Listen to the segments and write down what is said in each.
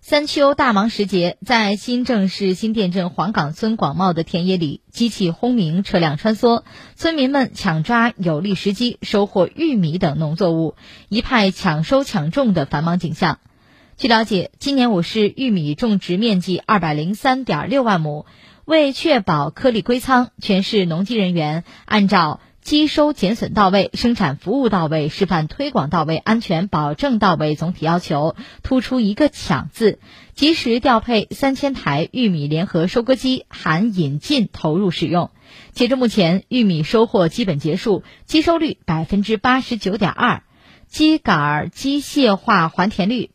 三秋大忙时节，在新郑市新店镇黄岗村广袤的田野里，机器轰鸣，车辆穿梭，村民们抢抓有利时机，收获玉米等农作物，一派抢收抢种的繁忙景象。据了解，今年我市玉米种植面积203.6万亩，为确保颗粒归仓，全市农机人员按照机收减损到位、生产服务到位、示范推广到位、安全保证到位总体要求，突出一个抢字，及时调配3000台玉米联合收割机含引进投入使用。截至目前，玉米收获基本结束，机收率89.2%，机杆机械化还田率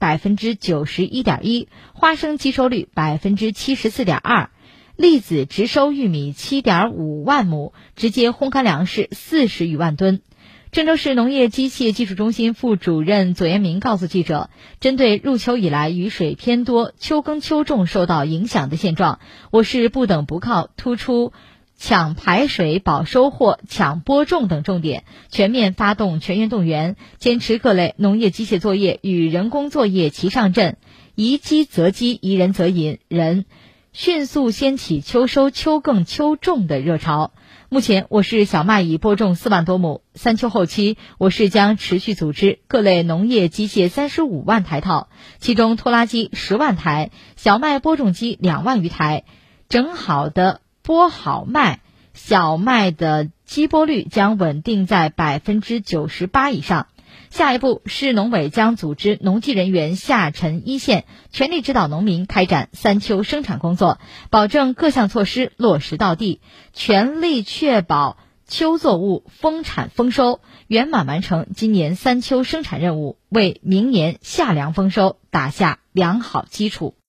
91.1%，花生机收率74.2%。栗子直收玉米7.5万亩，直接烘干粮食40余万吨。郑州市农业机械技术中心副主任左延明告诉记者，针对入秋以来雨水偏多、秋耕秋种受到影响的现状，我市不等不靠，突出抢排水保收获、抢播种等重点，全面发动全员动员，坚持各类农业机械作业与人工作业齐上阵，宜机则机，宜人则引人，迅速掀起秋收秋耕秋种的热潮。目前我市小麦已播种4万多亩，三秋后期我市将持续组织各类农业机械35万台套，其中拖拉机10万台，小麦播种机2万余台，整好的播好麦，小麦的机播率将稳定在98%以上。下一步，市农委将组织农技人员下沉一线，全力指导农民开展三秋生产工作，保证各项措施落实到地，全力确保秋作物丰产丰收，圆满完成今年三秋生产任务，为明年夏粮丰收打下良好基础。